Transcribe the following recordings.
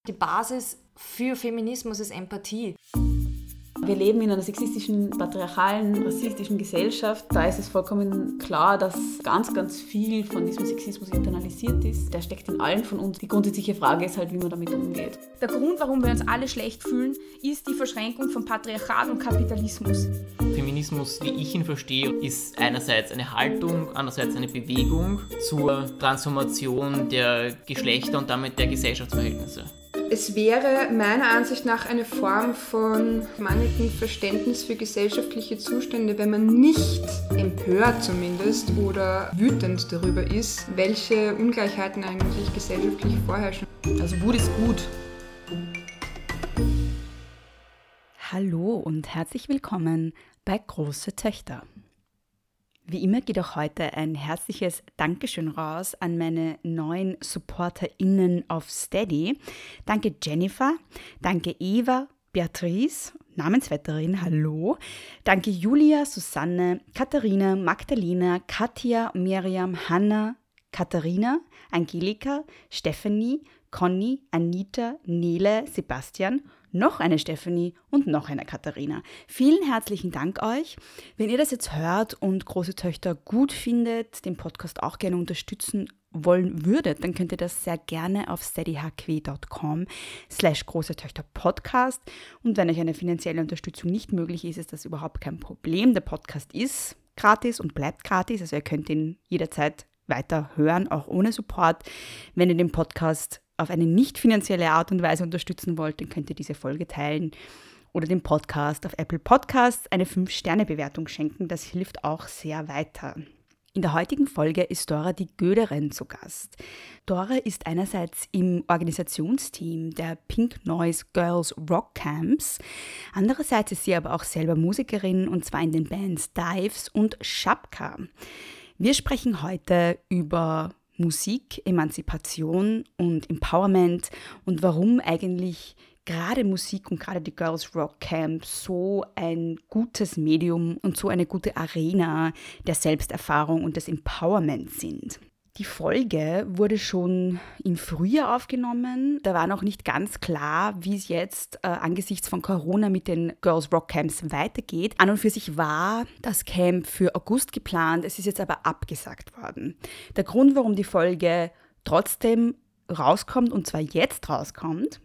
Die Basis für Feminismus ist Empathie. Wir leben in einer sexistischen, patriarchalen, rassistischen Gesellschaft. Da ist es vollkommen klar, dass ganz, ganz viel von diesem Sexismus internalisiert ist. Der steckt in allen von uns. Die grundsätzliche Frage ist halt, wie man damit umgeht. Der Grund, warum wir uns alle schlecht fühlen, ist die Verschränkung von Patriarchat und Kapitalismus. Feminismus, wie ich ihn verstehe, ist einerseits eine Haltung, andererseits eine Bewegung zur Transformation der Geschlechter und damit der Gesellschaftsverhältnisse. Es wäre meiner Ansicht nach eine Form von mangelndem Verständnis für gesellschaftliche Zustände, wenn man nicht empört zumindest oder wütend darüber ist, welche Ungleichheiten eigentlich gesellschaftlich vorherrschen. Also Wut ist gut. Hallo und herzlich willkommen bei Große Töchter. Wie immer geht auch heute ein herzliches Dankeschön raus an meine neuen SupporterInnen auf Steady. Danke Jennifer, danke Eva, Beatrice, Namensvetterin, hallo. Danke Julia, Susanne, Katharina, Magdalena, Katja, Miriam, Hanna, Katharina, Angelika, Stephanie, Conny, Anita, Nele, Sebastian, noch eine Stephanie und noch eine Katharina. Vielen herzlichen Dank euch. Wenn ihr das jetzt hört und Große Töchter gut findet, den Podcast auch gerne unterstützen wollen würdet, dann könnt ihr das sehr gerne auf steadyhq.com/großetöchterpodcast. Und wenn euch eine finanzielle Unterstützung nicht möglich ist, ist das überhaupt kein Problem. Der Podcast ist gratis und bleibt gratis, also ihr könnt ihn jederzeit weiter hören, auch ohne Support. Wenn ihr den Podcast auf eine nicht finanzielle Art und Weise unterstützen wollt, dann könnt ihr diese Folge teilen oder dem Podcast auf Apple Podcasts eine 5-Sterne-Bewertung schenken. Das hilft auch sehr weiter. In der heutigen Folge ist Dora die Göderin zu Gast. Dora ist einerseits im Organisationsteam der Pink Noise Girls Rock Camps. Andererseits ist sie aber auch selber Musikerin, und zwar in den Bands Dives und Schapka. Wir sprechen heute über Musik, Emanzipation und Empowerment und warum eigentlich gerade Musik und gerade die Girls Rock Camp so ein gutes Medium und so eine gute Arena der Selbsterfahrung und des Empowerments sind. Die Folge wurde schon im Frühjahr aufgenommen. Da war noch nicht ganz klar, wie es jetzt angesichts von Corona mit den Girls Rock Camps weitergeht. An und für sich war das Camp für August geplant, es ist jetzt aber abgesagt worden. Der Grund, warum die Folge trotzdem rauskommt, und zwar jetzt rauskommt,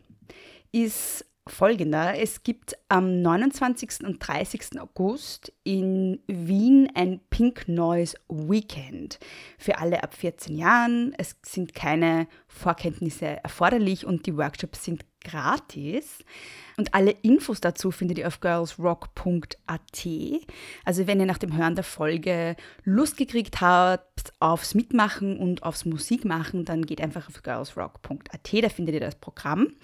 ist folgender. Es gibt am 29. und 30. August in Wien ein Pink Noise Weekend für alle ab 14 Jahren. Es sind keine Vorkenntnisse erforderlich und die Workshops sind gratis. Und alle Infos dazu findet ihr auf girlsrock.at. Also wenn ihr nach dem Hören der Folge Lust gekriegt habt aufs Mitmachen und aufs Musikmachen, dann geht einfach auf girlsrock.at, da findet ihr das Programm.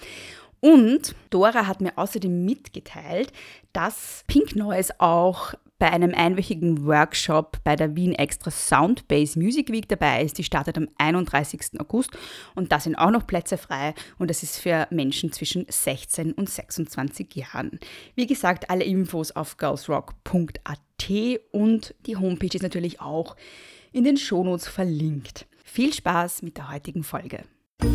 Und Dora hat mir außerdem mitgeteilt, dass Pink Noise auch bei einem einwöchigen Workshop bei der Wien Extra Soundbase Music Week dabei ist. Die startet am 31. August und da sind auch noch Plätze frei und das ist für Menschen zwischen 16 und 26 Jahren. Wie gesagt, alle Infos auf girlsrock.at und die Homepage ist natürlich auch in den Shownotes verlinkt. Viel Spaß mit der heutigen Folge.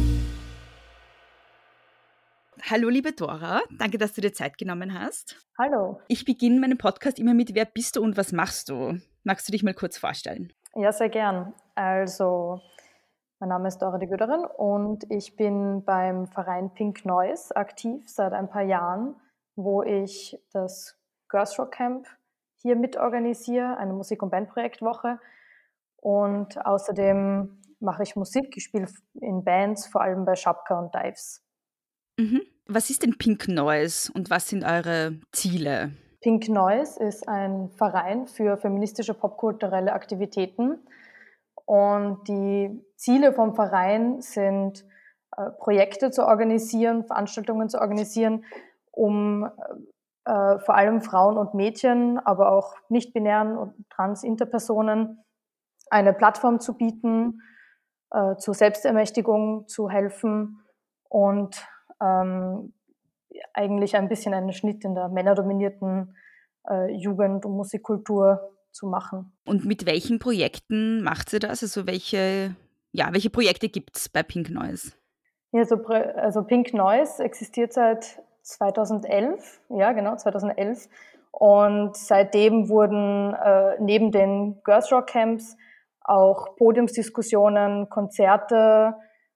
Hallo liebe Dora, danke, dass du dir Zeit genommen hast. Hallo. Ich beginne meinen Podcast immer mit: Wer bist du und was machst du? Magst du dich mal kurz vorstellen? Ja, sehr gern. Also, mein Name ist Dora die Göderin und ich bin beim Verein Pink Noise aktiv seit ein paar Jahren, wo ich das Girls Rock Camp hier mitorganisiere, eine Musik- und Bandprojektwoche. Und außerdem mache ich Musik. Ich spiele in Bands, vor allem bei Schapka und Dives. Was ist denn Pink Noise und was sind eure Ziele? Pink Noise ist ein Verein für feministische popkulturelle Aktivitäten und die Ziele vom Verein sind, Projekte zu organisieren, Veranstaltungen zu organisieren, um vor allem Frauen und Mädchen, aber auch nicht-binären und trans-Interpersonen eine Plattform zu bieten, zur Selbstermächtigung zu helfen und eigentlich ein bisschen einen Schnitt in der männerdominierten Jugend- und Musikkultur zu machen. Und mit welchen Projekten macht ihr das? Also welche Projekte gibt es bei Pink Noise? Ja, also Pink Noise existiert seit 2011, ja genau, 2011. Und seitdem wurden neben den Girls Rock Camps auch Podiumsdiskussionen, Konzerte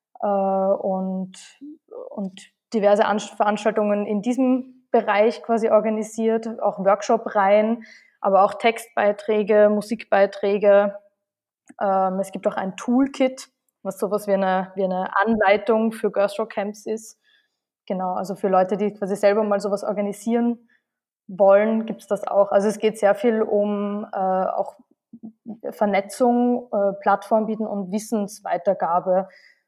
und diverse Veranstaltungen in diesem Bereich quasi organisiert, auch Workshop-Reihen, aber auch Textbeiträge, Musikbeiträge. Es gibt auch ein Toolkit, was sowas wie eine Anleitung für Girls Rock Camps ist. Genau, also für Leute, die quasi selber mal sowas organisieren wollen, gibt es das auch. Also es geht sehr viel um auch Vernetzung, Plattform bieten und Wissensweitergabe.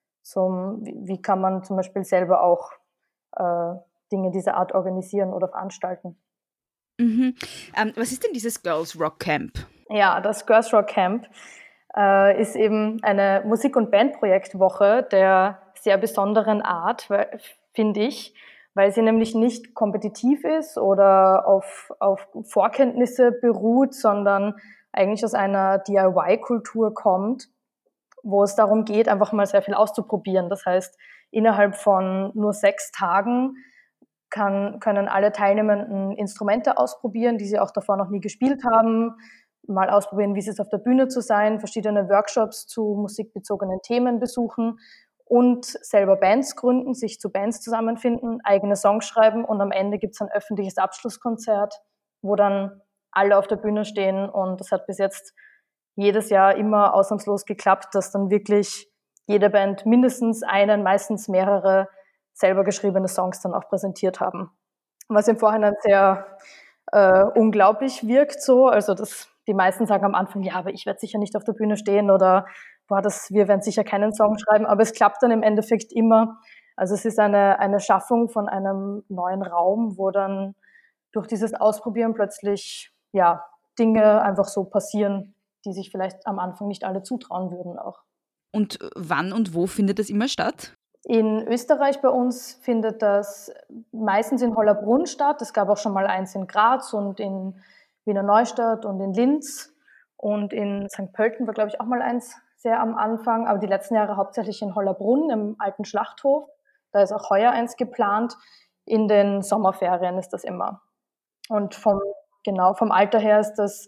Wie kann man zum Beispiel selber auch Dinge dieser Art organisieren oder veranstalten. Mhm. Was ist denn dieses Girls Rock Camp? Ja, das Girls Rock Camp ist eben eine Musik- und Bandprojektwoche der sehr besonderen Art, finde ich, weil sie nämlich nicht kompetitiv ist oder auf Vorkenntnisse beruht, sondern eigentlich aus einer DIY-Kultur kommt, wo es darum geht, einfach mal sehr viel auszuprobieren. Das heißt, innerhalb von nur 6 Tagen können alle Teilnehmenden Instrumente ausprobieren, die sie auch davor noch nie gespielt haben, mal ausprobieren, wie es ist, auf der Bühne zu sein, verschiedene Workshops zu musikbezogenen Themen besuchen und selber Bands gründen, sich zu Bands zusammenfinden, eigene Songs schreiben und am Ende gibt es ein öffentliches Abschlusskonzert, wo dann alle auf der Bühne stehen und das hat bis jetzt jedes Jahr immer ausnahmslos geklappt, dass dann wirklich jede Band mindestens einen, meistens mehrere selber geschriebene Songs dann auch präsentiert haben. Was im Vorhinein sehr unglaublich wirkt so, also die meisten sagen am Anfang, ja, aber ich werde sicher nicht auf der Bühne stehen oder wir werden sicher keinen Song schreiben, aber es klappt dann im Endeffekt immer. Also es ist eine Schaffung von einem neuen Raum, wo dann durch dieses Ausprobieren plötzlich ja Dinge einfach so passieren, die sich vielleicht am Anfang nicht alle zutrauen würden auch. Und wann und wo findet das immer statt? In Österreich bei uns findet das meistens in Hollabrunn statt. Es gab auch schon mal eins in Graz und in Wiener Neustadt und in Linz. Und in St. Pölten war, glaube ich, auch mal eins sehr am Anfang. Aber die letzten Jahre hauptsächlich in Hollabrunn im alten Schlachthof. Da ist auch heuer eins geplant. In den Sommerferien ist das immer. Und vom Alter her ist das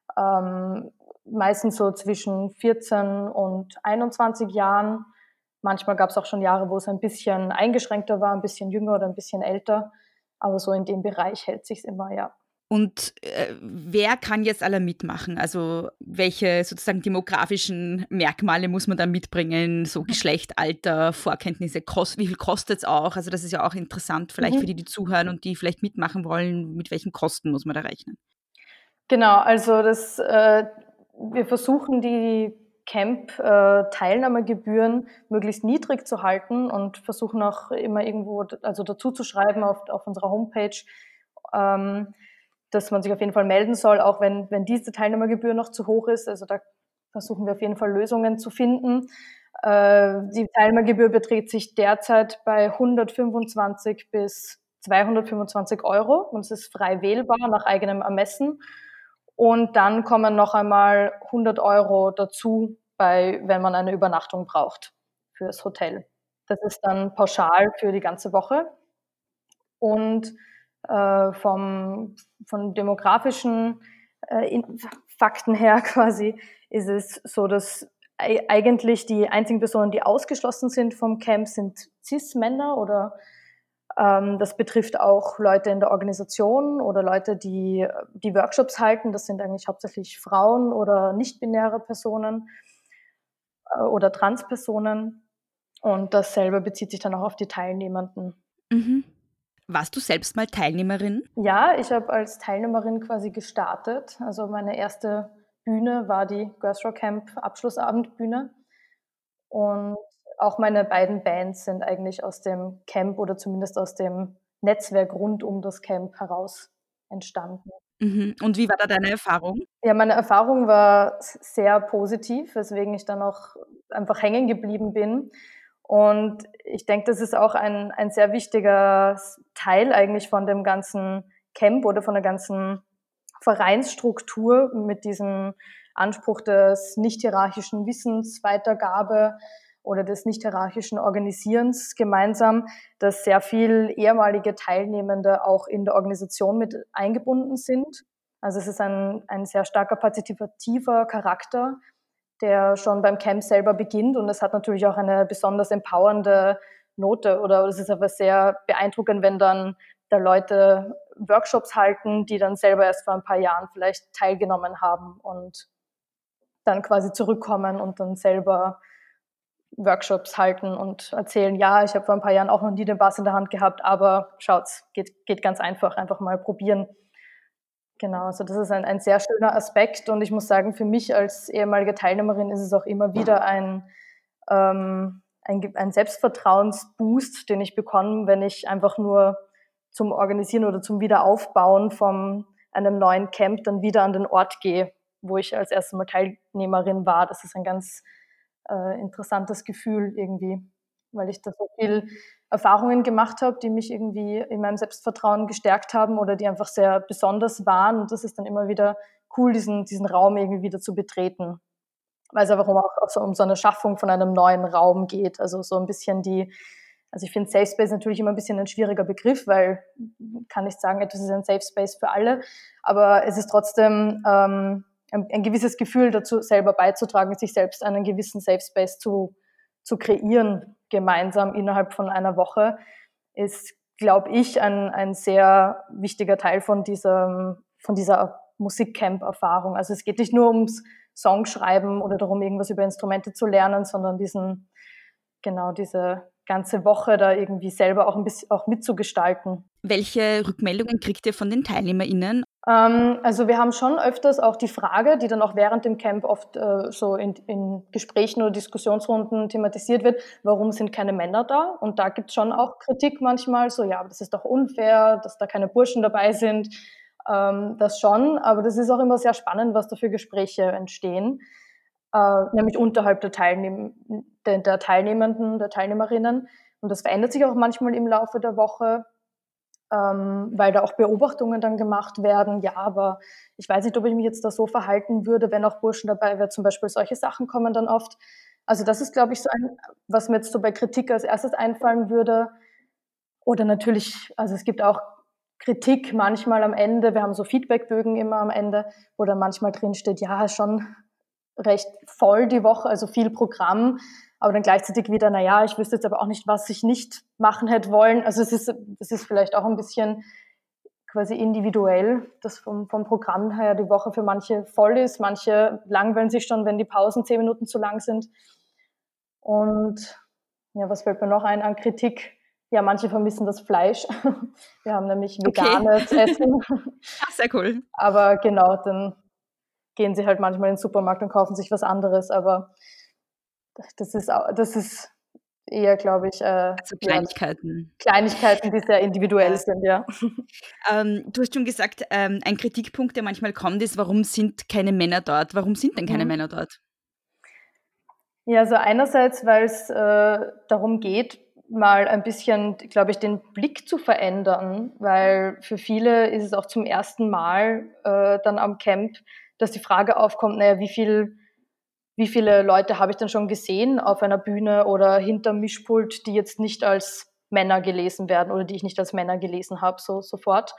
meistens so zwischen 14 und 21 Jahren. Manchmal gab es auch schon Jahre, wo es ein bisschen eingeschränkter war, ein bisschen jünger oder ein bisschen älter. Aber so in dem Bereich hält sich's immer, ja. Und wer kann jetzt alle mitmachen? Also welche sozusagen demografischen Merkmale muss man da mitbringen? So Geschlecht, Alter, Vorkenntnisse, wie viel kostet es auch? Also das ist ja auch interessant vielleicht für die zuhören und die vielleicht mitmachen wollen. Mit welchen Kosten muss man da rechnen? Genau, also wir versuchen die Camp-Teilnahmegebühren möglichst niedrig zu halten und versuchen auch immer irgendwo dazu zu schreiben auf unserer Homepage, dass man sich auf jeden Fall melden soll, auch wenn diese Teilnahmegebühr noch zu hoch ist. Also da versuchen wir auf jeden Fall Lösungen zu finden. Die Teilnahmegebühr beträgt sich derzeit bei 125 bis 225 Euro und es ist frei wählbar nach eigenem Ermessen. Und dann kommen noch einmal 100 Euro dazu, wenn man eine Übernachtung braucht fürs Hotel. Das ist dann pauschal für die ganze Woche. Und von demografischen Fakten her quasi ist es so, dass eigentlich die einzigen Personen, die ausgeschlossen sind vom Camp, sind Cis-Männer oder das betrifft auch Leute in der Organisation oder Leute, die Workshops halten. Das sind eigentlich hauptsächlich Frauen oder nicht-binäre Personen oder Transpersonen. Und dasselbe bezieht sich dann auch auf die Teilnehmenden. Mhm. Warst du selbst mal Teilnehmerin? Ja, ich habe als Teilnehmerin quasi gestartet. Also meine erste Bühne war die Girls Rock Camp Abschlussabendbühne. Und auch meine beiden Bands sind eigentlich aus dem Camp oder zumindest aus dem Netzwerk rund um das Camp heraus entstanden. Mhm. Und wie war da deine Erfahrung? Ja, meine Erfahrung war sehr positiv, weswegen ich dann auch einfach hängen geblieben bin. Und ich denke, das ist auch ein sehr wichtiger Teil eigentlich von dem ganzen Camp oder von der ganzen Vereinsstruktur mit diesem Anspruch des nicht hierarchischen Wissensweitergabe oder des nicht-hierarchischen Organisierens gemeinsam, dass sehr viel ehemalige Teilnehmende auch in der Organisation mit eingebunden sind. Also es ist ein sehr starker partizipativer Charakter, der schon beim Camp selber beginnt, und es hat natürlich auch eine besonders empowernde Note, oder es ist aber sehr beeindruckend, wenn dann da Leute Workshops halten, die dann selber erst vor ein paar Jahren vielleicht teilgenommen haben und dann quasi zurückkommen und dann selber Workshops halten und erzählen, ja, ich habe vor ein paar Jahren auch noch nie den Bass in der Hand gehabt, aber schaut's, geht ganz einfach mal probieren. Genau, also das ist ein sehr schöner Aspekt, und ich muss sagen, für mich als ehemalige Teilnehmerin ist es auch immer wieder ein Selbstvertrauensboost, den ich bekomme, wenn ich einfach nur zum Organisieren oder zum Wiederaufbauen von einem neuen Camp dann wieder an den Ort gehe, wo ich als erstes Mal Teilnehmerin war. Das ist ein ganz interessantes Gefühl irgendwie, weil ich da so viel Erfahrungen gemacht habe, die mich irgendwie in meinem Selbstvertrauen gestärkt haben oder die einfach sehr besonders waren. Und das ist dann immer wieder cool, diesen Raum irgendwie wieder zu betreten. Weil es einfach auch so um so eine Schaffung von einem neuen Raum geht. Also so ein bisschen also ich finde Safe Space natürlich immer ein bisschen ein schwieriger Begriff, weil kann nicht sagen, etwas ist ein Safe Space für alle, aber es ist trotzdem ein gewisses Gefühl dazu, selber beizutragen, sich selbst einen gewissen Safe Space zu kreieren, gemeinsam innerhalb von einer Woche, ist, glaube ich, ein sehr wichtiger Teil von dieser Musikcamp-Erfahrung. Also es geht nicht nur ums Songschreiben oder darum, irgendwas über Instrumente zu lernen, sondern diese ganze Woche da irgendwie selber auch ein bisschen auch mitzugestalten. Welche Rückmeldungen kriegt ihr von den TeilnehmerInnen? Also wir haben schon öfters auch die Frage, die dann auch während dem Camp oft so in Gesprächen oder Diskussionsrunden thematisiert wird, warum sind keine Männer da? Und da gibt es schon auch Kritik manchmal, so ja, aber das ist doch unfair, dass da keine Burschen dabei sind. Das schon, aber das ist auch immer sehr spannend, was da für Gespräche entstehen, nämlich unterhalb der Teilnehmenden, der Teilnehmerinnen. Und das verändert sich auch manchmal im Laufe der Woche, weil da auch Beobachtungen dann gemacht werden. Ja, aber ich weiß nicht, ob ich mich jetzt da so verhalten würde, wenn auch Burschen dabei wären. Zum Beispiel solche Sachen kommen dann oft. Also das ist, glaube ich, so was mir jetzt so bei Kritik als erstes einfallen würde. Oder natürlich, also es gibt auch Kritik manchmal am Ende. Wir haben so Feedbackbögen immer am Ende, wo dann manchmal drin steht, ja, schon recht voll die Woche, also viel Programm, aber dann gleichzeitig wieder, naja, ich wüsste jetzt aber auch nicht, was ich nicht machen hätte wollen. Also es ist vielleicht auch ein bisschen quasi individuell, dass vom Programm her die Woche für manche voll ist, manche langweilen sich schon, wenn die Pausen 10 Minuten zu lang sind. Und ja, was fällt mir noch ein an Kritik? Ja, manche vermissen das Fleisch. Wir haben nämlich veganes Essen. Ach, sehr cool. Aber genau, dann gehen sie halt manchmal in den Supermarkt und kaufen sich was anderes. Aber das ist eher, glaube ich, Also Kleinigkeiten. Ja, Kleinigkeiten, die sehr individuell sind, ja. Du hast schon gesagt, ein Kritikpunkt, der manchmal kommt, ist, warum sind keine Männer dort? Warum sind denn keine Männer dort? Ja, also einerseits, weil es darum geht, mal ein bisschen, glaube ich, den Blick zu verändern, weil für viele ist es auch zum ersten Mal dann am Camp, dass die Frage aufkommt, naja, wie viele Leute habe ich denn schon gesehen auf einer Bühne oder hinterm Mischpult, die jetzt nicht als Männer gelesen werden oder die ich nicht als Männer gelesen habe, sofort.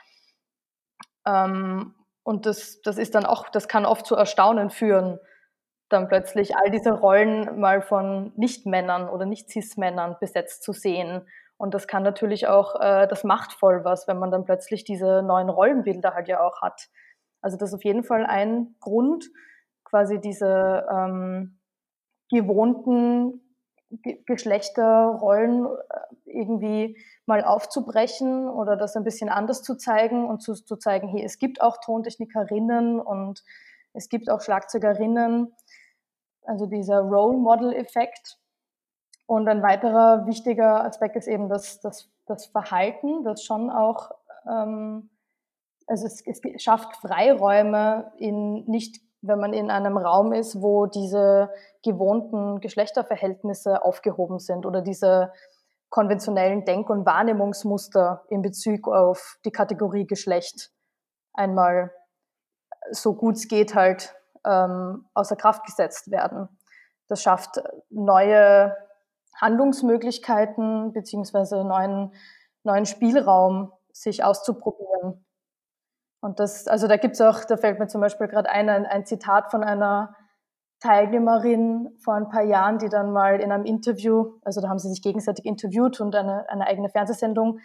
Und das ist dann auch, das kann oft zu Erstaunen führen, dann plötzlich all diese Rollen mal von Nicht-Männern oder Nicht-Cis-Männern besetzt zu sehen. Und das kann natürlich auch, das macht voll was, wenn man dann plötzlich diese neuen Rollenbilder halt ja auch hat. Also das ist auf jeden Fall ein Grund, quasi diese gewohnten Geschlechterrollen irgendwie mal aufzubrechen oder das ein bisschen anders zu zeigen und zu zeigen, hey, es gibt auch Tontechnikerinnen und es gibt auch Schlagzeugerinnen. Also dieser Role-Model-Effekt. Und ein weiterer wichtiger Aspekt ist eben das Verhalten, das schon auch, also es schafft Freiräume wenn man in einem Raum ist, wo diese gewohnten Geschlechterverhältnisse aufgehoben sind oder diese konventionellen Denk- und Wahrnehmungsmuster in Bezug auf die Kategorie Geschlecht einmal so gut es geht halt außer Kraft gesetzt werden. Das schafft neue Handlungsmöglichkeiten beziehungsweise neuen Spielraum sich auszuprobieren. Und also da gibt's auch, da fällt mir zum Beispiel gerade ein Zitat von einer Teilnehmerin vor ein paar Jahren, die dann mal in einem Interview, also da haben sie sich gegenseitig interviewt und eine eigene Fernsehsendung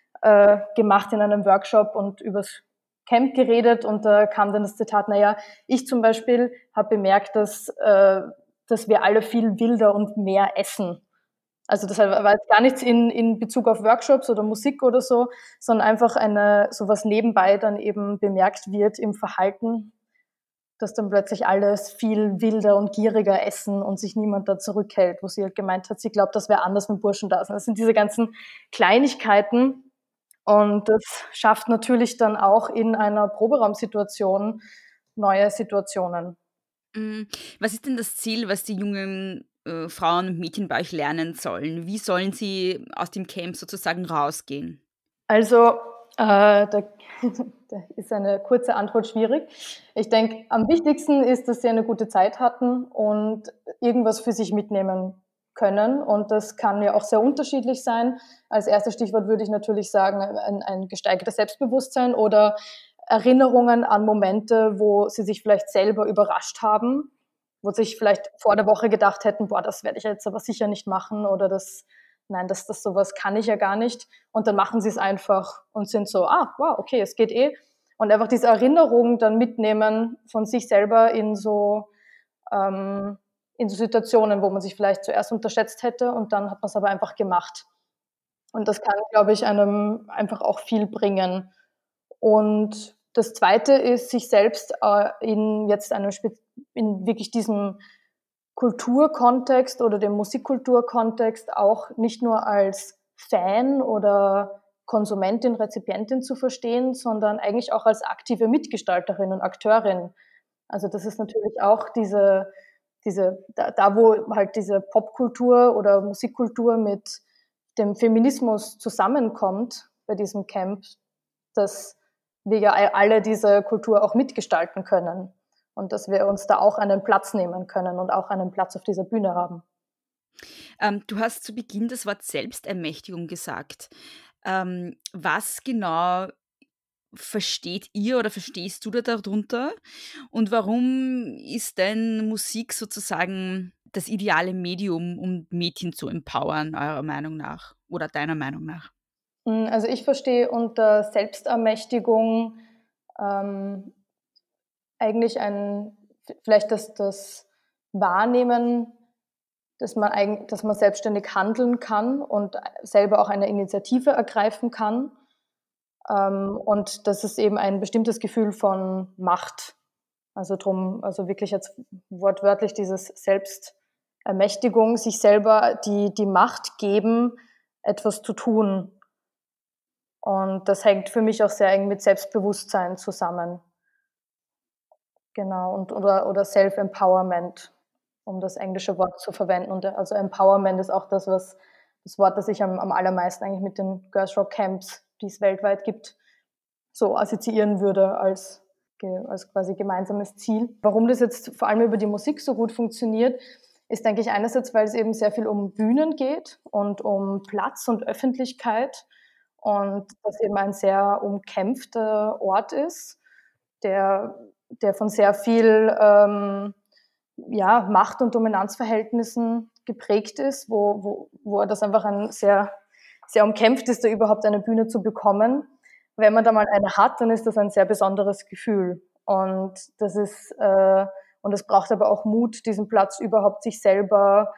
gemacht in einem Workshop und übers Camp geredet, und da kam dann das Zitat, naja, ich zum Beispiel habe bemerkt, dass wir alle viel wilder und mehr essen. Also das war jetzt gar nichts in Bezug auf Workshops oder Musik oder so, sondern einfach sowas nebenbei dann eben bemerkt wird im Verhalten, dass dann plötzlich alles viel wilder und gieriger essen und sich niemand da zurückhält, wo sie halt gemeint hat, sie glaubt, das wäre anders mit Burschen da sind. Das sind diese ganzen Kleinigkeiten, und das schafft natürlich dann auch in einer Proberaumsituation neue Situationen. Was ist denn das Ziel, was die jungen Frauen und Mädchen bei euch lernen sollen? Wie sollen sie aus dem Camp sozusagen rausgehen? Also, da ist eine kurze Antwort schwierig. Ich denke, am wichtigsten ist, dass sie eine gute Zeit hatten und irgendwas für sich mitnehmen können. Und das kann ja auch sehr unterschiedlich sein. Als erstes Stichwort würde ich natürlich sagen, ein gesteigertes Selbstbewusstsein oder Erinnerungen an Momente, wo sie sich vielleicht selber überrascht haben, wo sie sich vielleicht vor der Woche gedacht hätten, boah, das werde ich jetzt aber sicher nicht machen, oder nein, das sowas kann ich ja gar nicht. Und dann machen sie es einfach und sind so, wow, okay, es geht eh. Und einfach diese Erinnerung dann mitnehmen von sich selber in so Situationen, wo man sich vielleicht zuerst unterschätzt hätte, und dann hat man es aber einfach gemacht. Und das kann, glaube ich, einem einfach auch viel bringen. Und das Zweite ist, sich selbst in wirklich diesem Kulturkontext oder dem Musikkulturkontext auch nicht nur als Fan oder Konsumentin, Rezipientin zu verstehen, sondern eigentlich auch als aktive Mitgestalterin und Akteurin. Also das ist natürlich auch da wo halt diese Popkultur oder Musikkultur mit dem Feminismus zusammenkommt bei diesem Camp, dass wir ja alle diese Kultur auch mitgestalten können und dass wir uns da auch einen Platz nehmen können und auch einen Platz auf dieser Bühne haben. Du hast zu Beginn das Wort Selbstermächtigung gesagt. Was genau versteht ihr oder verstehst du da darunter? Und warum ist denn Musik sozusagen das ideale Medium, um Mädchen zu empowern, eurer Meinung nach oder deiner Meinung nach? Also ich verstehe unter Selbstermächtigung eigentlich vielleicht das Wahrnehmen, dass man selbstständig handeln kann und selber auch eine Initiative ergreifen kann. Und das ist eben ein bestimmtes Gefühl von Macht. Also wirklich jetzt wortwörtlich dieses Selbstermächtigung, sich selber die Macht geben, etwas zu tun. Und das hängt für mich auch sehr eng mit Selbstbewusstsein zusammen. Genau, oder Self-Empowerment, um das englische Wort zu verwenden. Und also Empowerment ist auch das Wort, das ich am allermeisten eigentlich mit den Girls Rock Camps, die es weltweit gibt, so assoziieren würde als quasi gemeinsames Ziel. Warum das jetzt vor allem über die Musik so gut funktioniert, ist, denke ich, einerseits, weil es eben sehr viel um Bühnen geht und um Platz und Öffentlichkeit und das eben ein sehr umkämpfter Ort ist, der von sehr viel Macht- und Dominanzverhältnissen geprägt ist, wo das einfach ein sehr, sehr umkämpft ist, da überhaupt eine Bühne zu bekommen. Wenn man da mal eine hat, dann ist das ein sehr besonderes Gefühl. Und es braucht aber auch Mut, diesen Platz überhaupt sich selber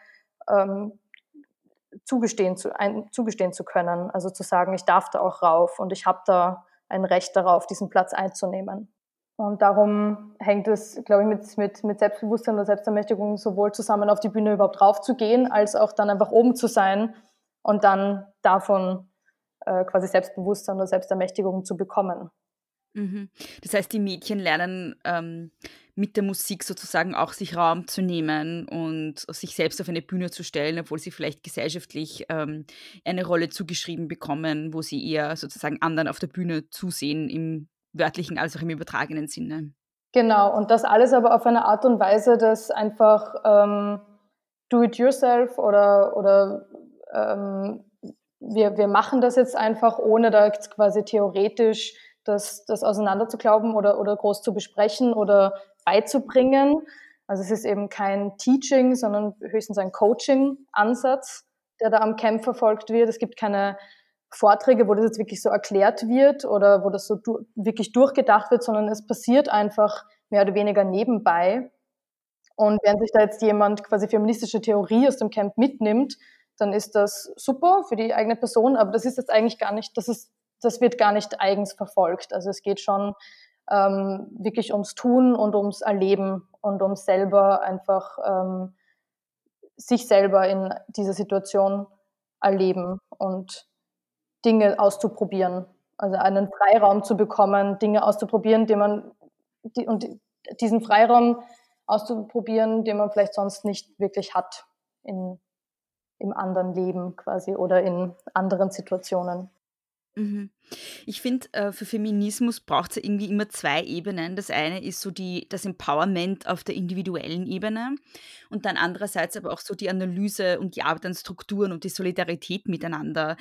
zugestehen zu können. Also zu sagen, ich darf da auch rauf und ich habe da ein Recht darauf, diesen Platz einzunehmen. Und darum hängt es, glaube ich, mit Selbstbewusstsein oder Selbstermächtigung sowohl zusammen auf die Bühne überhaupt raufzugehen, als auch dann einfach oben zu sein und dann davon quasi Selbstbewusstsein oder Selbstermächtigung zu bekommen. Mhm. Das heißt, die Mädchen lernen mit der Musik sozusagen auch sich Raum zu nehmen und sich selbst auf eine Bühne zu stellen, obwohl sie vielleicht gesellschaftlich eine Rolle zugeschrieben bekommen, wo sie eher sozusagen anderen auf der Bühne zusehen, im wörtlichen als auch im übertragenen Sinne. Genau, und das alles aber auf eine Art und Weise, dass einfach do it yourself oder wir machen das jetzt einfach, ohne da jetzt quasi theoretisch das auseinander zu glauben oder groß zu besprechen oder beizubringen. Also es ist eben kein Teaching, sondern höchstens ein Coaching-Ansatz, der da am Camp verfolgt wird. Es gibt keine Vorträge, wo das jetzt wirklich so erklärt wird oder wo das so wirklich durchgedacht wird, sondern es passiert einfach mehr oder weniger nebenbei. Und wenn sich da jetzt jemand quasi feministische Theorie aus dem Camp mitnimmt, dann ist das super für die eigene Person, aber das ist jetzt eigentlich gar nicht, das wird gar nicht eigens verfolgt. Also es geht schon wirklich ums Tun und ums Erleben und ums selber einfach sich selber in dieser Situation erleben und Dinge auszuprobieren. Also einen Freiraum zu bekommen, Dinge auszuprobieren, diesen Freiraum auszuprobieren, den man vielleicht sonst nicht wirklich hat im anderen Leben quasi oder in anderen Situationen. Mhm. Ich finde, für Feminismus braucht es ja irgendwie immer zwei Ebenen. Das eine ist so das Empowerment auf der individuellen Ebene und dann andererseits aber auch so die Analyse und die Arbeit an Strukturen und die Solidarität miteinander.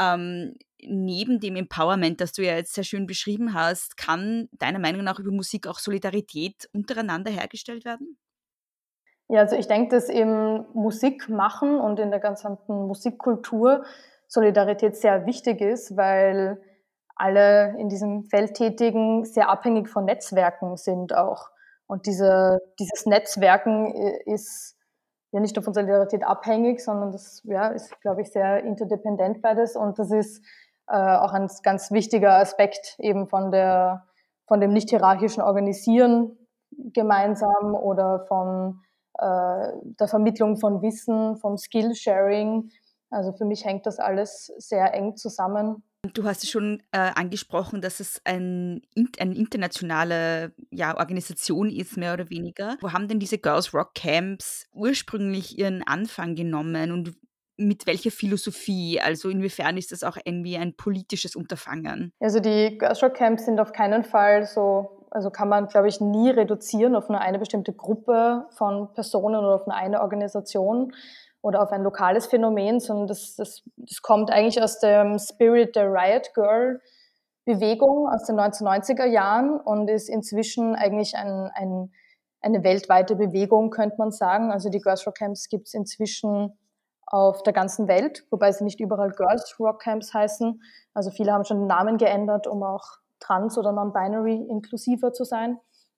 Neben dem Empowerment, das du ja jetzt sehr schön beschrieben hast, kann deiner Meinung nach über Musik auch Solidarität untereinander hergestellt werden? Ja, also ich denke, dass im Musikmachen und in der gesamten Musikkultur Solidarität sehr wichtig ist, weil alle in diesem Feld Tätigen sehr abhängig von Netzwerken sind auch. Und dieses Netzwerken ist ja nicht nur von Solidarität abhängig, sondern das ist, glaube ich, sehr interdependent beides. Und das ist auch ein ganz wichtiger Aspekt eben von dem nicht hierarchischen Organisieren gemeinsam oder von der Vermittlung von Wissen, vom Skillsharing. Also für mich hängt das alles sehr eng zusammen. Du hast es schon angesprochen, dass es eine internationale Organisation ist, mehr oder weniger. Wo haben denn diese Girls Rock Camps ursprünglich ihren Anfang genommen und mit welcher Philosophie? Also inwiefern ist das auch irgendwie ein politisches Unterfangen? Also die Girls Rock Camps sind auf keinen Fall so, also kann man, glaube ich, nie reduzieren auf nur eine bestimmte Gruppe von Personen oder auf nur eine Organisation oder auf ein lokales Phänomen, sondern das kommt eigentlich aus dem Spirit der Riot Girl Bewegung aus den 1990er Jahren und ist inzwischen eigentlich eine weltweite Bewegung, könnte man sagen. Also die Girls Rock Camps gibt es inzwischen auf der ganzen Welt, wobei sie nicht überall Girls Rock Camps heißen. Also viele haben schon den Namen geändert, um auch trans- oder non-binary inklusiver zu sein.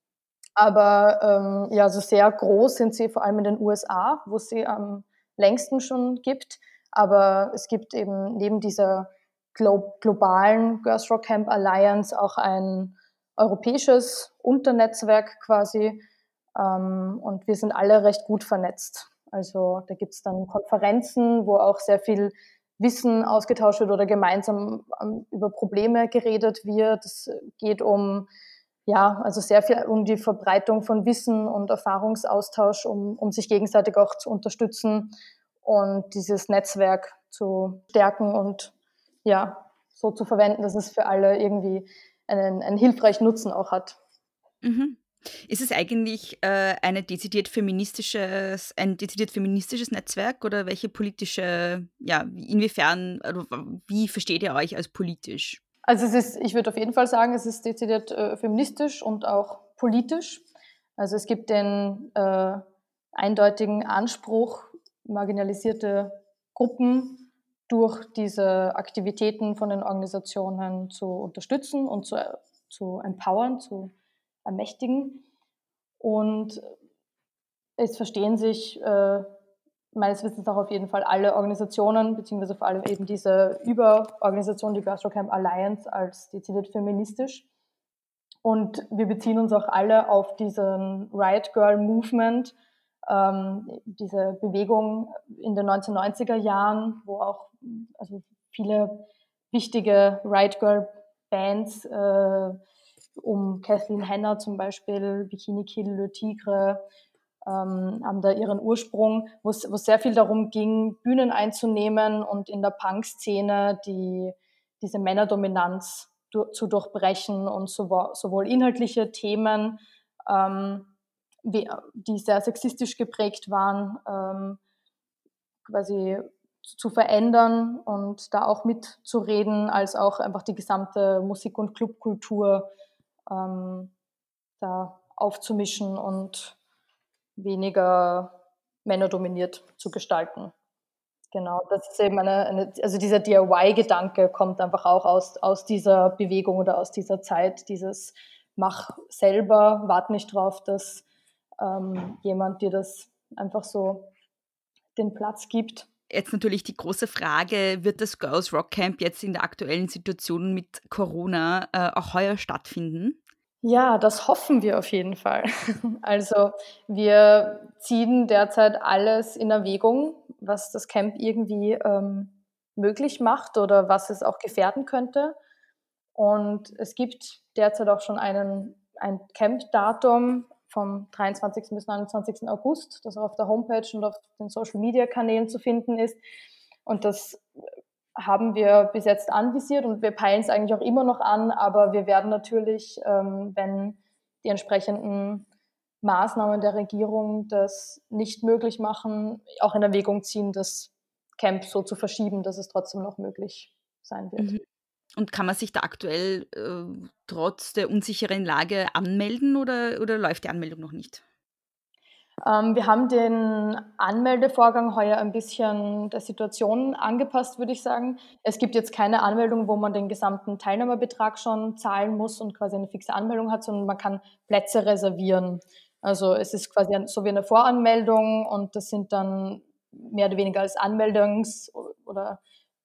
Aber also sehr groß sind sie vor allem in den USA, wo es sie am längsten schon gibt. Aber es gibt eben neben dieser globalen Girls Rock Camp Alliance auch ein europäisches Unternetzwerk quasi. Und wir sind alle recht gut vernetzt. Also da gibt es dann Konferenzen, wo auch sehr viel Wissen ausgetauscht wird oder gemeinsam über Probleme geredet wird. Es geht also sehr viel um die Verbreitung von Wissen und Erfahrungsaustausch, um sich gegenseitig auch zu unterstützen und dieses Netzwerk zu stärken und so zu verwenden, dass es für alle irgendwie einen hilfreichen Nutzen auch hat. Mhm. Ist es eigentlich ein dezidiert feministisches Netzwerk oder welche politische, inwiefern, also wie versteht ihr euch als politisch? Also ich würde auf jeden Fall sagen, es ist dezidiert feministisch und auch politisch. Also es gibt den eindeutigen Anspruch, marginalisierte Gruppen durch diese Aktivitäten von den Organisationen zu unterstützen und zu empowern, zu ermächtigen. Und es verstehen sich meines Wissens auch auf jeden Fall alle Organisationen, beziehungsweise vor allem eben diese Überorganisation, die Girls Rock Camp Alliance, als dezidiert feministisch. Und wir beziehen uns auch alle auf diesen Riot Girl Movement, diese Bewegung in den 1990er Jahren, wo auch viele wichtige Riot Girl Bands um Kathleen Hanna zum Beispiel, Bikini Kill Le Tigre, haben da ihren Ursprung, wo es sehr viel darum ging, Bühnen einzunehmen und in der Punk-Szene diese Männerdominanz zu durchbrechen und sowohl inhaltliche Themen, die sehr sexistisch geprägt waren, quasi zu verändern und da auch mitzureden, als auch einfach die gesamte Musik- und Clubkultur da aufzumischen und weniger männerdominiert zu gestalten. Genau, das ist eben also dieser DIY-Gedanke kommt einfach auch aus dieser Bewegung oder aus dieser Zeit, dieses mach selber, wart nicht drauf, dass jemand dir das einfach so den Platz gibt. Jetzt natürlich die große Frage, wird das Girls Rock Camp jetzt in der aktuellen Situation mit Corona auch heuer stattfinden? Ja, das hoffen wir auf jeden Fall. Also wir ziehen derzeit alles in Erwägung, was das Camp irgendwie möglich macht oder was es auch gefährden könnte. Und es gibt derzeit auch schon ein Camp-Datum vom 23. bis 29. August, das auch auf der Homepage und auf den Social-Media-Kanälen zu finden ist. Und das haben wir bis jetzt anvisiert und wir peilen es eigentlich auch immer noch an, aber wir werden natürlich, wenn die entsprechenden Maßnahmen der Regierung das nicht möglich machen, auch in Erwägung ziehen, das Camp so zu verschieben, dass es trotzdem noch möglich sein wird. Mhm. Und kann man sich da aktuell trotz der unsicheren Lage anmelden oder läuft die Anmeldung noch nicht? Wir haben den Anmeldevorgang heuer ein bisschen der Situation angepasst, würde ich sagen. Es gibt jetzt keine Anmeldung, wo man den gesamten Teilnehmerbetrag schon zahlen muss und quasi eine fixe Anmeldung hat, sondern man kann Plätze reservieren. Also es ist quasi so wie eine Voranmeldung und das sind dann mehr oder weniger als Anmeldungs- oder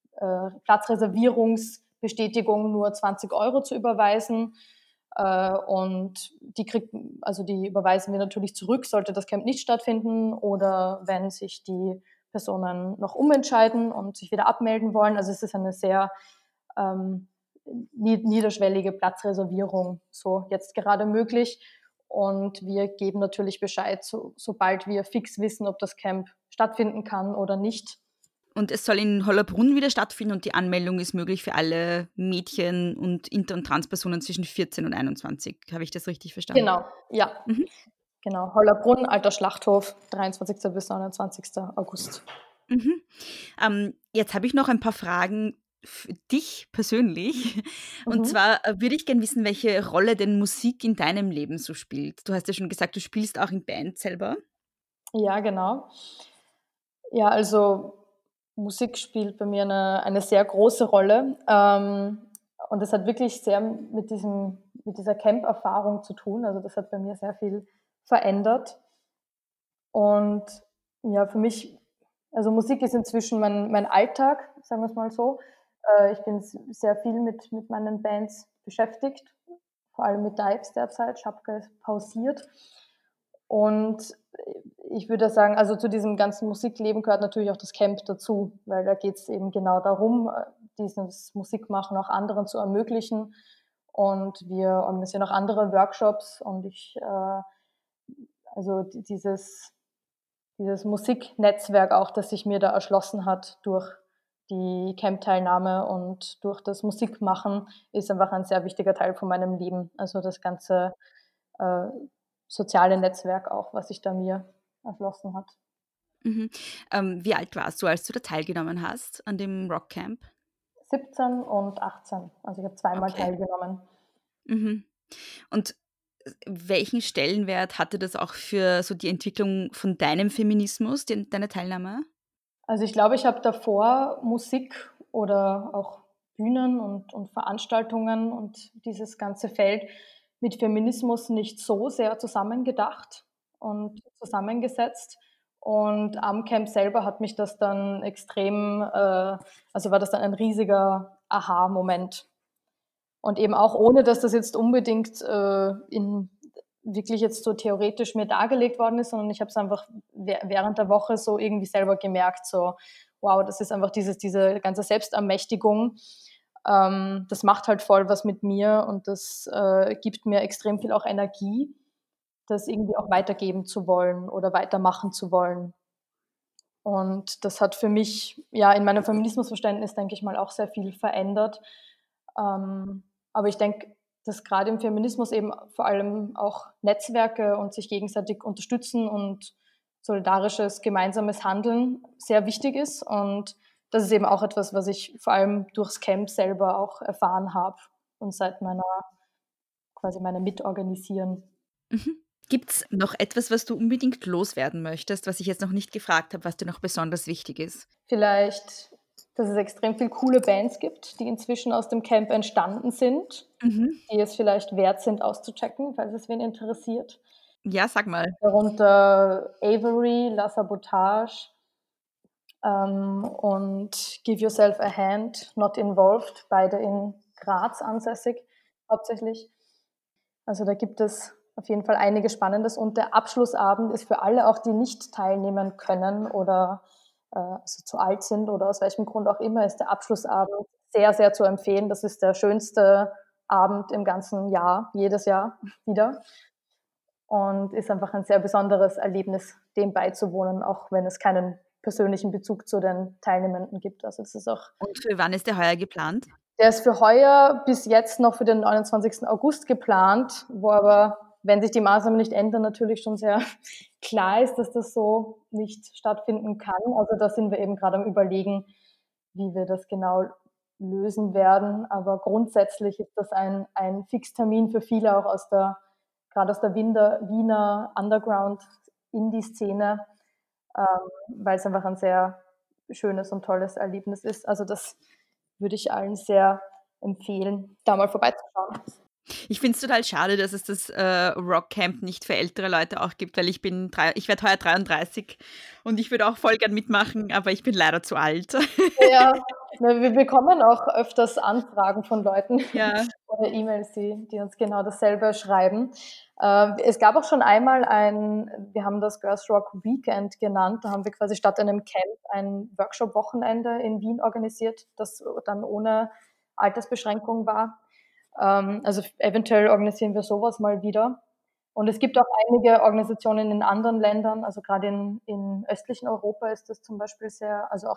Platzreservierungsbestätigung nur 20 € zu überweisen. Und die überweisen wir natürlich zurück, sollte das Camp nicht stattfinden oder wenn sich die Personen noch umentscheiden und sich wieder abmelden wollen. Also es ist eine sehr niederschwellige Platzreservierung so jetzt gerade möglich. Und wir geben natürlich Bescheid, sobald wir fix wissen, ob das Camp stattfinden kann oder nicht. Und es soll in Hollabrunn wieder stattfinden und die Anmeldung ist möglich für alle Mädchen und Inter- und Transpersonen zwischen 14 und 21. Habe ich das richtig verstanden? Genau, ja. Mhm. Genau, Hollabrunn, Alter Schlachthof, 23. bis 29. August. Mhm. Jetzt habe ich noch ein paar Fragen für dich persönlich. Und Mhm. zwar würde ich gerne wissen, welche Rolle denn Musik in deinem Leben so spielt. Du hast ja schon gesagt, du spielst auch in Band selber. Ja, genau. Ja, also Musik spielt bei mir eine sehr große Rolle. Und das hat wirklich sehr mit dieser Camp-Erfahrung zu tun. Also das hat bei mir sehr viel verändert. Und ja, für mich, also Musik ist inzwischen mein Alltag, sagen wir es mal so. Ich bin sehr viel mit meinen Bands beschäftigt, vor allem mit Dives derzeit. Schapka ist pausiert. Und ich würde sagen, also zu diesem ganzen Musikleben gehört natürlich auch das Camp dazu, weil da geht es eben genau darum, dieses Musikmachen auch anderen zu ermöglichen. Und wir organisieren auch andere Workshops und also dieses Musiknetzwerk auch, das sich mir da erschlossen hat durch die Camp-Teilnahme und durch das Musikmachen, ist einfach ein sehr wichtiger Teil von meinem Leben. Also das ganze äh, soziale Netzwerk auch, was sich da mir erschlossen hat. Mhm. Wie alt warst du, als du da teilgenommen hast an dem Rockcamp? 17 und 18. Also ich habe zweimal Okay. teilgenommen. Mhm. Und welchen Stellenwert hatte das auch für so die Entwicklung von deinem Feminismus, deine Teilnahme? Also ich glaube, ich habe davor Musik oder auch Bühnen und Veranstaltungen und dieses ganze Feld mit Feminismus nicht so sehr zusammengedacht und zusammengesetzt. Und am Camp selber hat mich das dann also war das dann ein riesiger Aha-Moment. Und eben auch ohne, dass das jetzt unbedingt in wirklich jetzt so theoretisch mir dargelegt worden ist, sondern ich habe es einfach während der Woche so irgendwie selber gemerkt, so wow, das ist einfach diese ganze Selbstermächtigung. Das macht halt voll was mit mir und das gibt mir extrem viel auch Energie, das irgendwie auch weitergeben zu wollen oder weitermachen zu wollen. Und das hat für mich ja in meinem Feminismusverständnis, denke ich mal, auch sehr viel verändert. Aber ich denke, dass gerade im Feminismus eben vor allem auch Netzwerke und sich gegenseitig unterstützen und solidarisches, gemeinsames Handeln sehr wichtig ist. Und das ist eben auch etwas, was ich vor allem durchs Camp selber auch erfahren habe und seit meinem Mitorganisieren. Gibt es noch etwas, was du unbedingt loswerden möchtest, was ich jetzt noch nicht gefragt habe, was dir noch besonders wichtig ist? Vielleicht, dass es extrem viele coole Bands gibt, die inzwischen aus dem Camp entstanden sind, die es vielleicht wert sind auszuchecken, falls es wen interessiert. Ja, sag mal. Darunter Avery, La Sabotage und Give Yourself a Hand, Not Involved, beide in Graz ansässig hauptsächlich. Also da gibt es auf jeden Fall einiges Spannendes und der Abschlussabend ist für alle, auch die nicht teilnehmen können oder also zu alt sind oder aus welchem Grund auch immer, ist der Abschlussabend sehr, sehr zu empfehlen. Das ist der schönste Abend im ganzen Jahr, jedes Jahr wieder. Und ist einfach ein sehr besonderes Erlebnis, dem beizuwohnen, auch wenn es keinen persönlichen Bezug zu den Teilnehmenden gibt. Also das ist auch. Und für wann ist der heuer geplant? Der ist für heuer bis jetzt noch für den 29. August geplant, wo aber, wenn sich die Maßnahmen nicht ändern, natürlich schon sehr klar ist, dass das so nicht stattfinden kann. Also da sind wir eben gerade am Überlegen, wie wir das genau lösen werden. Aber grundsätzlich ist das ein Fixtermin für viele auch gerade aus der Wiener Underground-Indie-Szene, weil es einfach ein sehr schönes und tolles Erlebnis ist. Also das würde ich allen sehr empfehlen, da mal vorbeizuschauen. Ich finde es total schade, dass es das Rockcamp nicht für ältere Leute auch gibt, weil ich werde heuer 33 und ich würde auch voll gern mitmachen, aber ich bin leider zu alt. Ja, wir bekommen auch öfters Anfragen von Leuten oder E-Mails, die uns genau dasselbe schreiben. Es gab auch schon einmal wir haben das Girls Rock Weekend genannt, da haben wir quasi statt einem Camp ein Workshop-Wochenende in Wien organisiert, das dann ohne Altersbeschränkung war. Also eventuell organisieren wir sowas mal wieder. Und es gibt auch einige Organisationen in anderen Ländern, also gerade in östlichen Europa ist das zum Beispiel sehr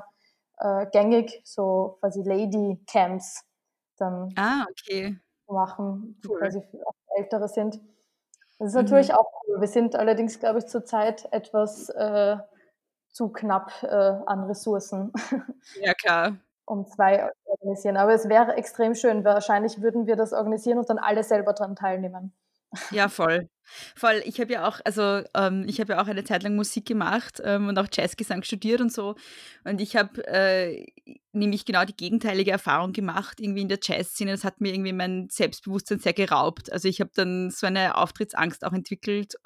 gängig, so quasi Lady-Camps dann Okay. machen, die Cool. quasi für Ältere sind. Das ist natürlich auch cool. Wir sind allerdings, glaube ich, zurzeit etwas zu knapp an Ressourcen. Ja, klar. Um 2 organisieren. Aber es wäre extrem schön. Wahrscheinlich würden wir das organisieren und dann alle selber dran teilnehmen. Ja, voll. Voll. Ich habe ja auch eine Zeit lang Musik gemacht und auch Jazzgesang studiert und so. Und ich habe nämlich genau die gegenteilige Erfahrung gemacht, irgendwie in der Jazzszene. Das hat mir irgendwie mein Selbstbewusstsein sehr geraubt. Also ich habe dann so eine Auftrittsangst auch entwickelt,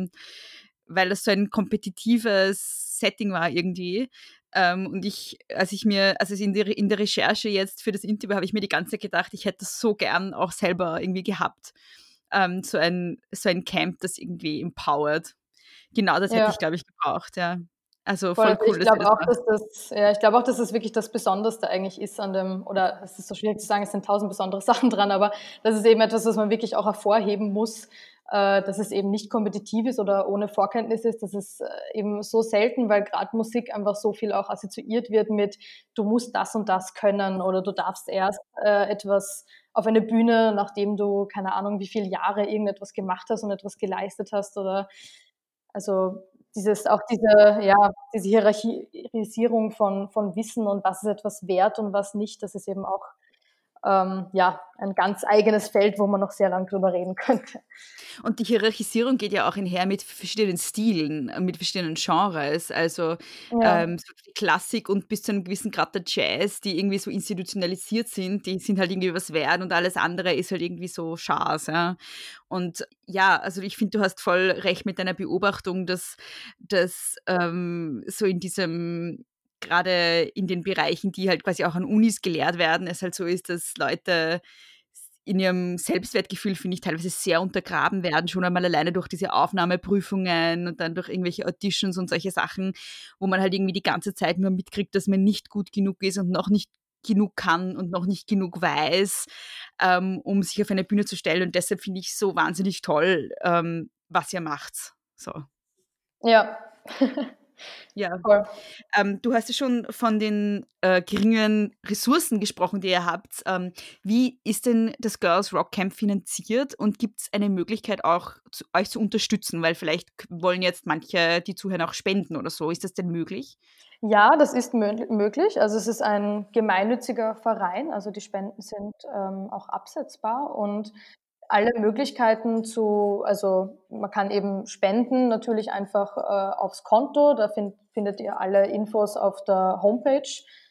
weil das so ein kompetitives Setting war irgendwie. Und in der Recherche jetzt für das Interview habe ich mir die ganze Zeit gedacht, ich hätte das so gern auch selber irgendwie gehabt. So ein Camp, das irgendwie empowert. Genau das hätte ich, glaube ich, gebraucht, ja. Also voll cool, Ich glaube auch, dass das wirklich das Besonderste eigentlich ist oder es ist so schwierig zu sagen, es sind 1000 besondere Sachen dran, aber das ist eben etwas, was man wirklich auch hervorheben muss, dass es eben nicht kompetitiv ist oder ohne Vorkenntnis ist. Das ist eben so selten, weil gerade Musik einfach so viel auch assoziiert wird mit, du musst das und das können oder du darfst erst etwas auf eine Bühne, nachdem du, keine Ahnung, wie viele Jahre irgendetwas gemacht hast und etwas geleistet hast oder also diese Hierarchisierung von Wissen und was ist etwas wert und was nicht, das ist eben auch ein ganz eigenes Feld, wo man noch sehr lange drüber reden könnte. Und die Hierarchisierung geht ja auch einher mit verschiedenen Stilen, mit verschiedenen Genres. Also so die Klassik und bis zu einem gewissen Grad der Jazz, die irgendwie so institutionalisiert sind, die sind halt irgendwie was wert und alles andere ist halt irgendwie so Schaß. Ja. Und ja, also ich finde, du hast voll recht mit deiner Beobachtung, dass so in diesem gerade in den Bereichen, die halt quasi auch an Unis gelehrt werden, es halt so ist, dass Leute in ihrem Selbstwertgefühl, finde ich, teilweise sehr untergraben werden, schon einmal alleine durch diese Aufnahmeprüfungen und dann durch irgendwelche Auditions und solche Sachen, wo man halt irgendwie die ganze Zeit nur mitkriegt, dass man nicht gut genug ist und noch nicht genug kann und noch nicht genug weiß, um sich auf eine Bühne zu stellen. Und deshalb finde ich so wahnsinnig toll, was ihr macht. So. Ja. Ja. Voll. Du hast ja schon von den geringen Ressourcen gesprochen, die ihr habt. Wie ist denn das Girls Rock Camp finanziert und gibt es eine Möglichkeit auch, euch zu unterstützen? Weil vielleicht wollen jetzt manche, die zuhören, auch spenden oder so. Ist das denn möglich? Ja, das ist möglich. Also es ist ein gemeinnütziger Verein, also die Spenden sind auch absetzbar und alle Möglichkeiten also man kann eben spenden, natürlich einfach aufs Konto, da findet ihr alle Infos auf der Homepage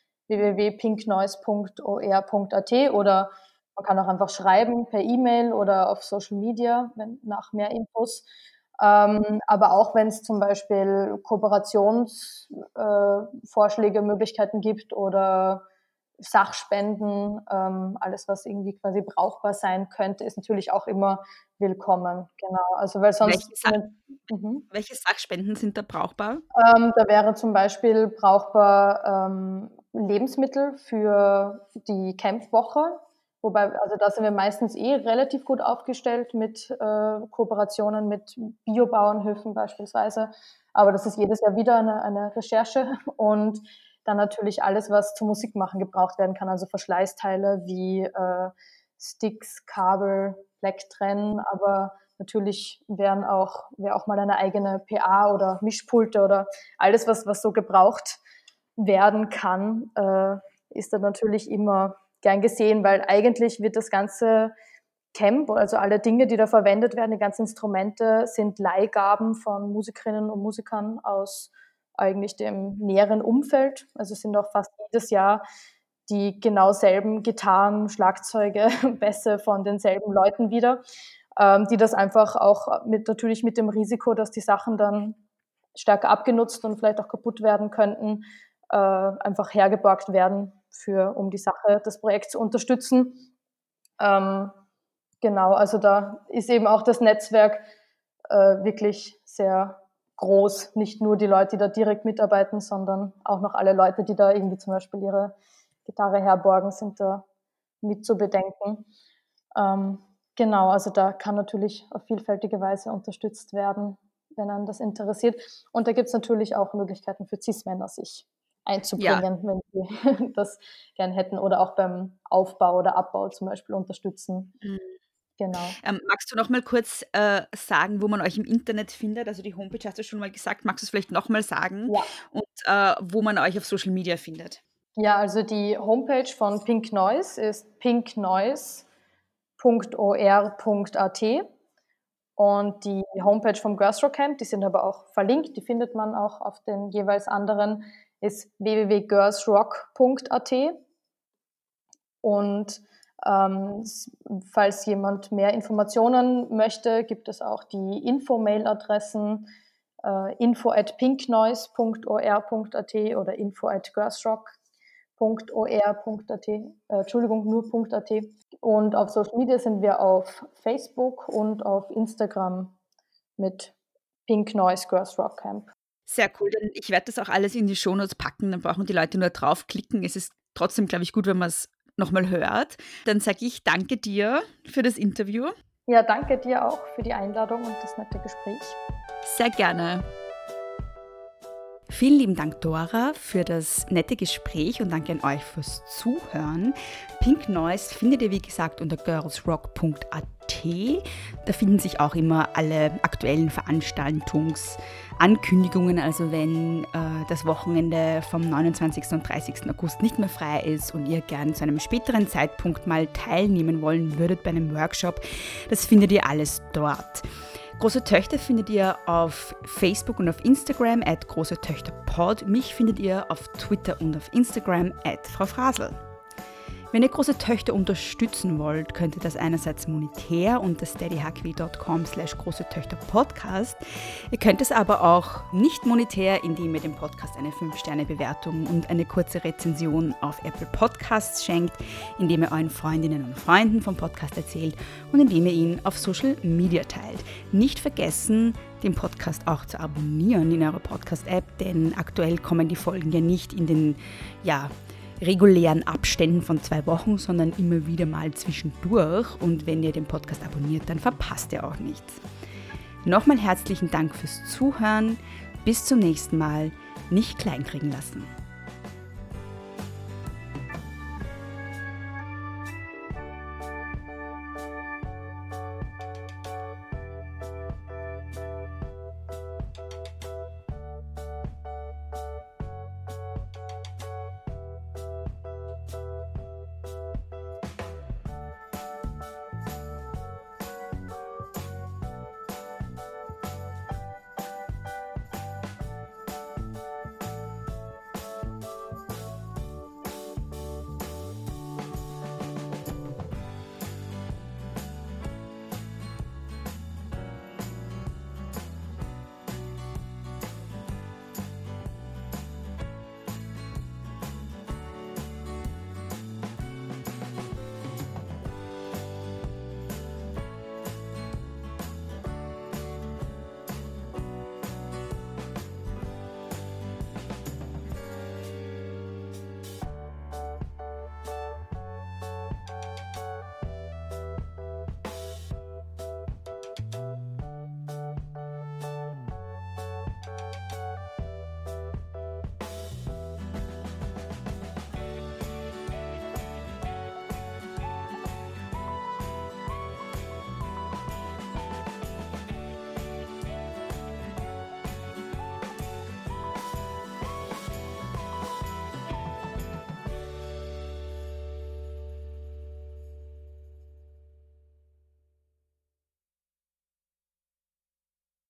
www.pinknoise.or.at oder man kann auch einfach schreiben per E-Mail oder auf Social Media, nach mehr Infos. Aber auch wenn es zum Beispiel Kooperationsvorschläge, Möglichkeiten gibt oder Sachspenden, alles, was irgendwie quasi brauchbar sein könnte, ist natürlich auch immer willkommen. Genau, also weil sonst... Welche Sachspenden sind da brauchbar? Da wäre zum Beispiel brauchbar Lebensmittel für die Campwoche. Wobei, also da sind wir meistens relativ gut aufgestellt mit Kooperationen mit Biobauernhöfen beispielsweise. Aber das ist jedes Jahr wieder eine Recherche. Und dann natürlich alles, was zum Musikmachen gebraucht werden kann. Also Verschleißteile wie Sticks, Kabel, Blacktrennen. Aber natürlich wäre auch mal eine eigene PA oder Mischpulte oder alles, was so gebraucht werden kann, ist dann natürlich immer gern gesehen, weil eigentlich wird das ganze Camp, also alle Dinge, die da verwendet werden, die ganzen Instrumente, sind Leihgaben von Musikerinnen und Musikern aus eigentlich dem näheren Umfeld. Also es sind auch fast jedes Jahr die genau selben Gitarren, Schlagzeuge, Bässe von denselben Leuten wieder, die das einfach auch natürlich mit dem Risiko, dass die Sachen dann stärker abgenutzt und vielleicht auch kaputt werden könnten, einfach hergeborgt werden, um die Sache, das Projekt zu unterstützen. Genau, also da ist eben auch das Netzwerk wirklich sehr groß. Nicht nur die Leute, die da direkt mitarbeiten, sondern auch noch alle Leute, die da irgendwie zum Beispiel ihre Gitarre herborgen, sind da mit zu bedenken. Genau, also da kann natürlich auf vielfältige Weise unterstützt werden, wenn einen das interessiert. Und da gibt es natürlich auch Möglichkeiten für Cis-Männer, sich einzubringen, wenn sie das gern hätten oder auch beim Aufbau oder Abbau zum Beispiel unterstützen. Genau. Magst du noch mal kurz sagen, wo man euch im Internet findet? Also die Homepage hast du schon mal gesagt. Magst du es vielleicht noch mal sagen? Ja. Und wo man euch auf Social Media findet? Ja, also die Homepage von Pink Noise ist pinknoise.or.at und die Homepage vom Girls Rock Camp, die sind aber auch verlinkt, die findet man auch auf den jeweils anderen, ist www.girlsrock.at und falls jemand mehr Informationen möchte, gibt es auch die Info-Mail-Adressen info@pinknoise.or.at oder info@girlsrock.or.at, nur .at. Und auf Social Media sind wir auf Facebook und auf Instagram mit Pink Noise Girls Rock Camp. Sehr cool, denn ich werde das auch alles in die Shownotes packen, dann brauchen die Leute nur draufklicken. Es ist trotzdem, glaube ich, gut, wenn man es nochmal hört. Dann sage ich danke dir für das Interview. Ja, danke dir auch für die Einladung und das nette Gespräch. Sehr gerne. Vielen lieben Dank, Dora, für das nette Gespräch und danke an euch fürs Zuhören. Pink Noise findet ihr, wie gesagt, unter girlsrock.at. Da finden sich auch immer alle aktuellen Veranstaltungsankündigungen. Also wenn das Wochenende vom 29. und 30. August nicht mehr frei ist und ihr gern zu einem späteren Zeitpunkt mal teilnehmen wollen würdet bei einem Workshop, das findet ihr alles dort. Große Töchter findet ihr auf Facebook und auf Instagram @großetöchterpod. Mich findet ihr auf Twitter und auf Instagram @Frau Frasel. Wenn ihr Große Töchter unterstützen wollt, könnt ihr das einerseits monetär unter steadyhq.com/großetöchterpodcast. Ihr könnt es aber auch nicht monetär, indem ihr dem Podcast eine 5-Sterne-Bewertung und eine kurze Rezension auf Apple Podcasts schenkt, indem ihr euren Freundinnen und Freunden vom Podcast erzählt und indem ihr ihn auf Social Media teilt. Nicht vergessen, den Podcast auch zu abonnieren in eurer Podcast-App, denn aktuell kommen die Folgen ja nicht in den, regulären Abständen von 2 Wochen, sondern immer wieder mal zwischendurch. Und wenn ihr den Podcast abonniert, dann verpasst ihr auch nichts. Nochmal herzlichen Dank fürs Zuhören. Bis zum nächsten Mal. nicht kleinkriegen lassen.